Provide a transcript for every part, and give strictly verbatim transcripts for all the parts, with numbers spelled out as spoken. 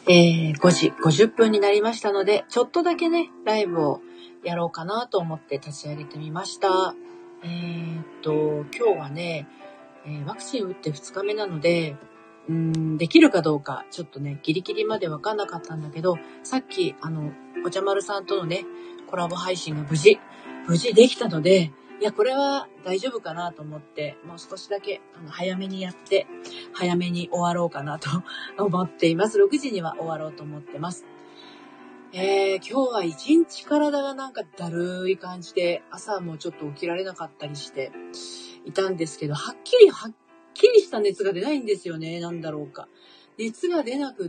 えー、ごじごじゅっぷんになりましたので、ちょっとだけね、ライブをやろうかなと思って立ち上げてみました。えー、っと、今日はね、えー、ワクチン打ってふつかめなので、うーん、できるかどうか、ちょっとね、ギリギリまでわかんなかったんだけど、さっき、あの、お茶丸さんとのね、コラボ配信が無事、無事できたので、いや、これは大丈夫かなと思って、もう少しだけあの早めにやって、早めに終わろうかなと思っています。ろくじには終わろうと思ってます。えー、今日は一日体がなんかだるい感じで、朝もちょっと起きられなかったりしていたんですけど、はっきりはっきりした熱が出ないんですよね。なんだろうか。熱が出なくって、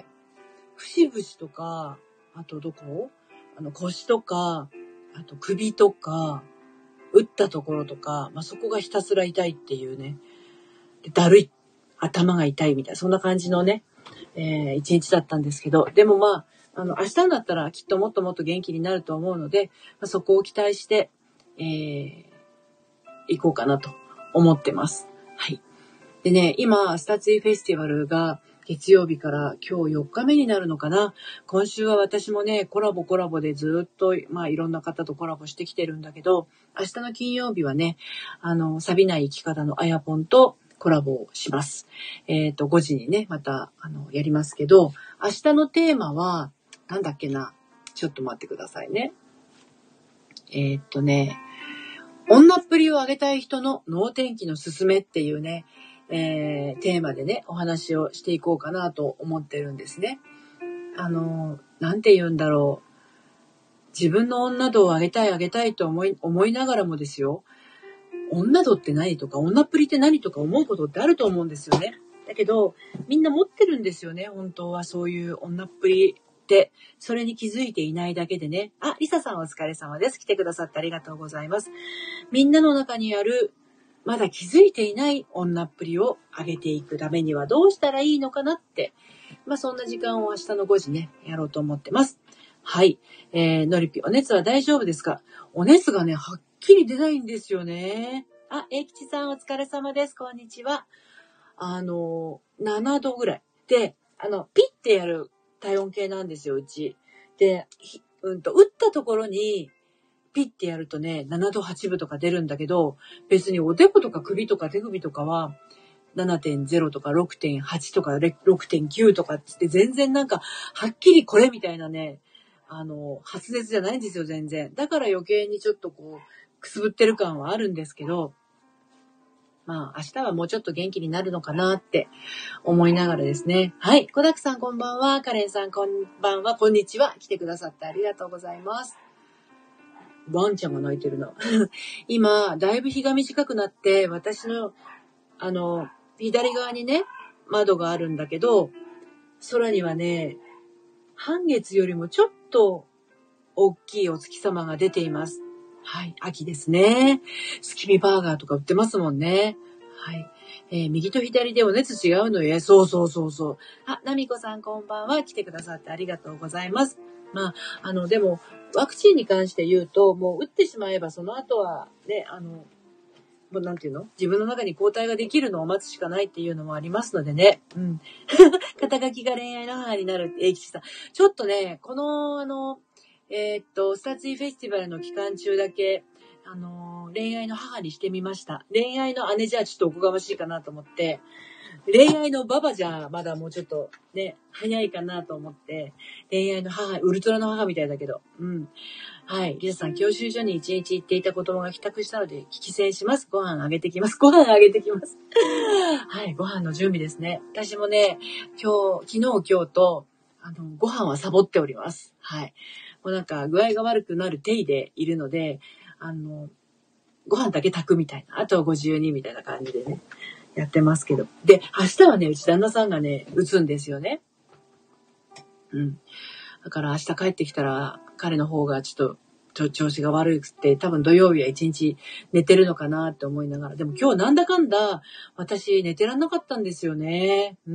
節々とか、あとどこ？あの腰とか、あと首とか、打ったところとか、まあ、そこがひたすら痛いっていうね。でだるい。頭が痛いみたいな、そんな感じのね、えー、一日だったんですけど、でもまあ、あの、明日になったらきっともっともっと元気になると思うので、まあ、そこを期待して、えー、行こうかなと思ってます。はい。でね、今、スタツイフェスティバルが月曜日から今日よっかめになるのかな。今週は私もね、コラボコラボでずっと、まあいろんな方とコラボしてきてるんだけど、明日の金曜日はね、あの、錆びない生き方のあやぽんとコラボをします。えっと、ごじにね、また、あの、やりますけど、明日のテーマは、なんだっけな。ちょっと待ってくださいね。えっとね、女っぷりを上げたい人の能天気のすすめっていうね、えー、テーマでね、お話をしていこうかなと思ってるんですね。あの、なんて言うんだろう。自分の女度を上げたい上げたいと思い、思いながらもですよ。女度って何とか、女っぷりって何とか思うことってあると思うんですよね。だけど、みんな持ってるんですよね。本当はそういう女っぷりって、それに気づいていないだけでね。あ、リサさんお疲れ様です。来てくださってありがとうございます。みんなの中にあるまだ気づいていない女っぷりを上げていくためにはどうしたらいいのかなって、まあそんな時間を明日のごじね、やろうと思ってます。はい。えー、のりぴ、お熱は大丈夫ですか？お熱がね、はっきり出ないんですよね。あ、えいきちさんお疲れ様です。こんにちは。あの、ななどぐらい。で、あの、ピッてやる体温計なんですよ、うち。で、うんと、打ったところに、ピッてやるとね、ななどはちぶとか出るんだけど、別におでことか首とか手首とかは ななてんゼロ とか ろくてんはち とか ろくてんきゅう とかって全然なんか、はっきりこれみたいなね、あの、発熱じゃないんですよ、全然。だから余計にちょっとこう、くすぶってる感はあるんですけど、まあ、明日はもうちょっと元気になるのかなって思いながらですね。はい。小沢さんこんばんは。カレンさんこんばんは。こんにちは。来てくださってありがとうございます。ワンちゃんが泣いてるな。今、だいぶ日が短くなって、私の、あの、左側にね、窓があるんだけど、空にはね、半月よりもちょっと大きいお月様が出ています。はい、秋ですね。スキミバーガーとか売ってますもんね。はい。えー、右と左でお熱違うのよ。そうそうそうそう。あ、ナミコさんこんばんは。来てくださってありがとうございます。まあ、あの、でも、ワクチンに関して言うと、もう打ってしまえばその後は、ね、あの、もうなんていうの？自分の中に抗体ができるのを待つしかないっていうのもありますのでね。うん。肩書きが恋愛の母になるって英吉さん。ちょっとね、この、あの、えー、っと、スタツイフェスティバルの期間中だけ、あのー、恋愛の母にしてみました。恋愛の姉じゃちょっとおこがましいかなと思って、恋愛のババじゃまだもうちょっとね、早いかなと思って、恋愛の母、ウルトラの母みたいだけど、うん。はい。リサさん、教習所に一日行っていた子供が帰宅したので、帰省します。ご飯あげてきます。ご飯あげてきます。はい。ご飯の準備ですね。私もね、今日、昨日今日と、あの、ご飯はサボっております。はい。もうなんか具合が悪くなる定位でいるので、あの、ご飯だけ炊くみたいな、あとはご自由にみたいな感じでね、やってますけど。で、明日はね、うち旦那さんがね、打つんですよね。うん。だから明日帰ってきたら、彼の方がちょっと調子が悪くて、多分土曜日は一日寝てるのかなって思いながら。でも今日なんだかんだ、私寝てらんなかったんですよね。うん。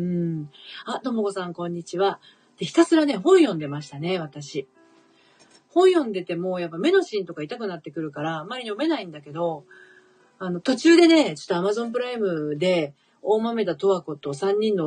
あ、ともこさんこんにちは。で、ひたすらね、本読んでましたね、私。本読んでても、やっぱ目の芯とか痛くなってくるから、あまり読めないんだけど、あの、途中でね、ちょっと Amazon プライムで、大豆田十和子とさんにんの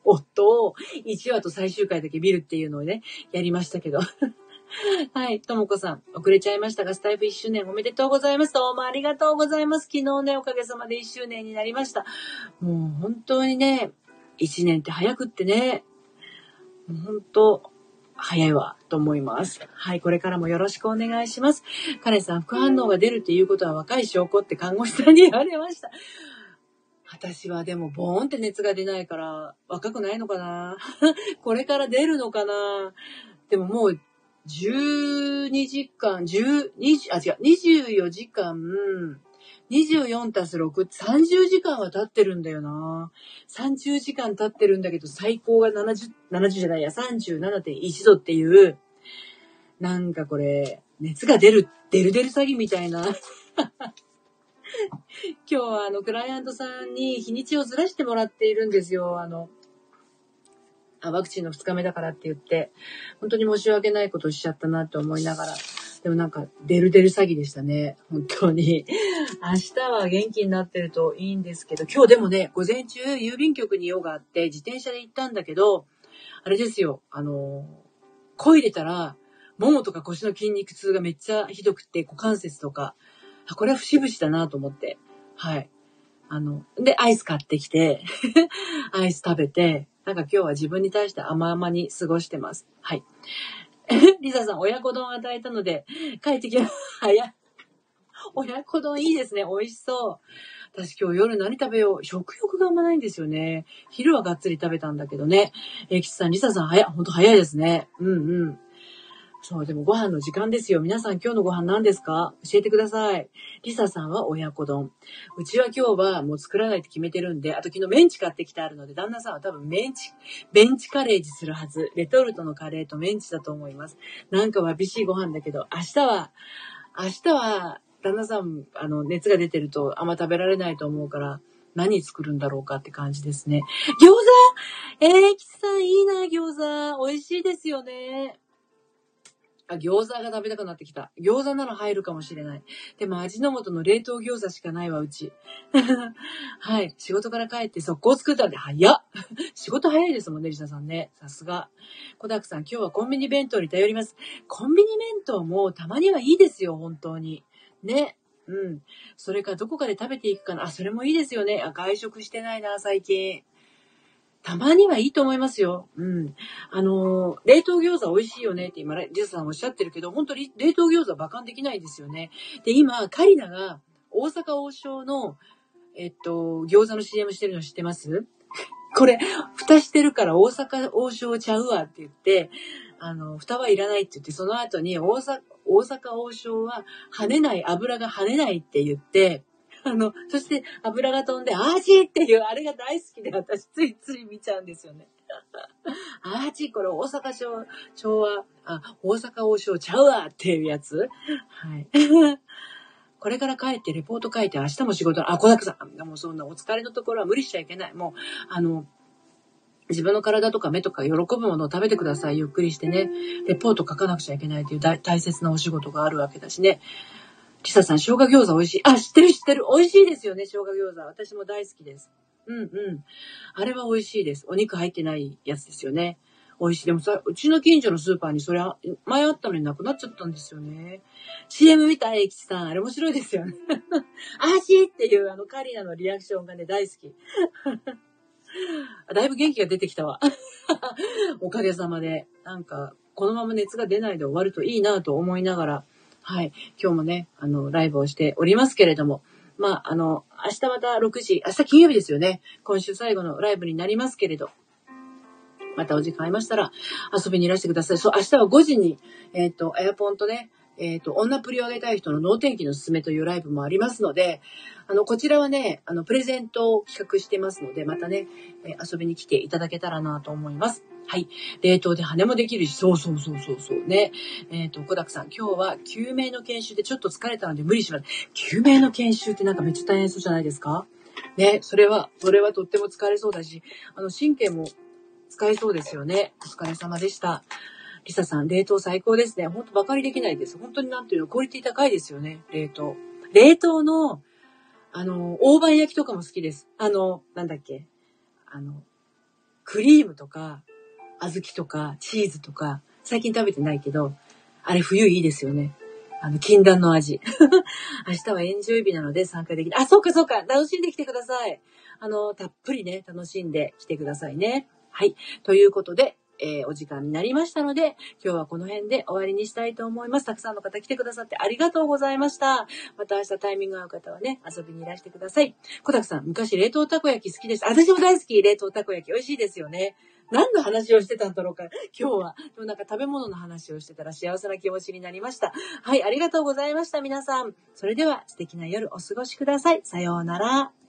夫をいちわと最終回だけ見るっていうのをね、やりましたけど。はい、ともこさん、遅れちゃいましたが、スタイフいっしゅうねんおめでとうございます。どうもありがとうございます。昨日ね、おかげさまでいっしゅうねんになりました。もう本当にね、いちねんって早くってね、もう本当、早いわ、と思います。はい、これからもよろしくお願いします。カレンさん、副反応が出るっていうことは若い証拠って看護師さんに言われました。私はでもボーンって熱が出ないから若くないのかなこれから出るのかな。でももうじゅうにじかん、じゅう、にじゅう、あ、違う、にじゅうよじかん、にじゅうよんたすろく、さんじゅうじかんは経ってるんだよな。さんじゅうじかん経ってるんだけど、最高がななじゅう、ななじゅうじゃないや、さんじゅうななてんいちどっていう、なんかこれ、熱が出る、出る出る詐欺みたいな。今日はあの、クライアントさんに日にちをずらしてもらっているんですよ。あの、あワクチンのふつかめだからって言って、本当に申し訳ないことをしちゃったなと思いながら、でもなんか、デルデル詐欺でしたね。本当に。明日は元気になってるといいんですけど、今日でもね、午前中、郵便局に用があって、自転車で行ったんだけど、あれですよ、あの、漕いでたら、ももとか腰の筋肉痛がめっちゃひどくて、股関節とか、あ、これは節々だなと思って、はい。あの、で、アイス買ってきて、アイス食べて、なんか今日は自分に対して甘々に過ごしてます。はい。リサさん、親子丼与えたので、帰ってきま、早親子丼いいですね。美味しそう。私今日夜何食べよう。食欲があんまないんですよね。昼はがっつり食べたんだけどね。えきちさん、リサさん、早、ほんと早いですね。うんうん。そう、でもご飯の時間ですよ。皆さん今日のご飯何ですか？教えてください。リサさんは親子丼。うちは今日はもう作らないと決めてるんで、あと昨日メンチ買ってきてあるので、旦那さんは多分メンチ、メンチカレーにするはず。レトルトのカレーとメンチだと思います。なんかわびしいご飯だけど、明日は、明日は、旦那さん、あの、熱が出てるとあんま食べられないと思うから、何作るんだろうかって感じですね。餃子えー、キツさんいいな、餃子。美味しいですよね。あ、餃子が食べたくなってきた。餃子なら入るかもしれない。でも味の素の冷凍餃子しかないわ、うち。はい。仕事から帰って速攻作ったんで、早っ仕事早いですもんね、リサさんね。さすが。小沢さん、今日はコンビニ弁当に頼ります。コンビニ弁当もたまにはいいですよ、本当に。ね。うん。それからどこかで食べていくかな。あ、それもいいですよね。あ、外食してないな、最近。たまにはいいと思いますよ。うん。あのー、冷凍餃子美味しいよねって今、リサさんおっしゃってるけど、本当に冷凍餃子馬鹿にできないですよね。で、今、カリナが大阪王将の、えっと、餃子の シーエム してるの知ってます？これ、蓋してるから大阪王将ちゃうわって言って、あの、蓋はいらないって言って、その後に大阪、大阪王将は跳ねない、油が跳ねないって言って、あの、そして油が飛んで、アーチーっていう、あれが大好きで、私ついつい見ちゃうんですよね。アーチー、これ大阪昭昭和、あ、大阪王将ちゃうわっていうやつ。はい。これから帰ってレポート書いて明日も仕事、あ、小沢さん、もうそんなお疲れのところは無理しちゃいけない。もう、あの、自分の体とか目とか喜ぶものを食べてください。ゆっくりしてね。レポート書かなくちゃいけないという大大切なお仕事があるわけだしね。リサさん、生姜餃子美味しい。あ、知ってる知ってる。美味しいですよね、生姜餃子。私も大好きです。うんうん。あれは美味しいです。お肉入ってないやつですよね。美味しい。でもさ、うちの近所のスーパーにそれ前あったのになくなっちゃったんですよね。シーエム 見たエキチさん。あれ面白いですよね。あーしーっていうあのカリナのリアクションがね、大好き。だいぶ元気が出てきたわ。おかげさまで。なんか、このまま熱が出ないで終わるといいなと思いながら、はい。今日もね、あの、ライブをしておりますけれども、まあ、あの、明日またろくじ、明日金曜日ですよね。今週最後のライブになりますけれど、またお時間ありましたら遊びにいらしてください。そう、明日はごじに、えっと、エアポンとね、えっと、女プリをあげたい人の脳天気のすすめというライブもありますので、あの、こちらはね、あの、プレゼントを企画してますので、またね、えー、遊びに来ていただけたらなと思います。はい。冷凍で羽もできるし、そうそうそうそうそうね。えっと、小沢さん、今日は救命の研修でちょっと疲れたので無理します。救命の研修ってなんかめっちゃ大変そうじゃないですか？ね、それは、それはとっても疲れそうだし、あの、神経も使えそうですよね。お疲れ様でした。リサさん、冷凍最高ですね。ほんとバカにできないです。本当になんていうの、クオリティ高いですよね、冷凍。冷凍の、あの、大判焼きとかも好きです。あの、なんだっけ。あの、 クリームとか、小豆とか、チーズとか、最近食べてないけど、あれ冬いいですよね。あの、禁断の味。明日はエンジョイ日なので参加できない。あ、そうかそうか。楽しんできてください。あの、たっぷりね、楽しんできてくださいね。はい。ということで、えー、お時間になりましたので、今日はこの辺で終わりにしたいと思います。たくさんの方来てくださってありがとうございました。また明日タイミング合う方はね、遊びにいらしてください。小沢さん、昔冷凍たこ焼き好きです。私も大好き。冷凍たこ焼き美味しいですよね。何の話をしてたんだろうか、今日は。でもなんか食べ物の話をしてたら幸せな気持ちになりました。はい、ありがとうございました、皆さん。それでは素敵な夜お過ごしください。さようなら。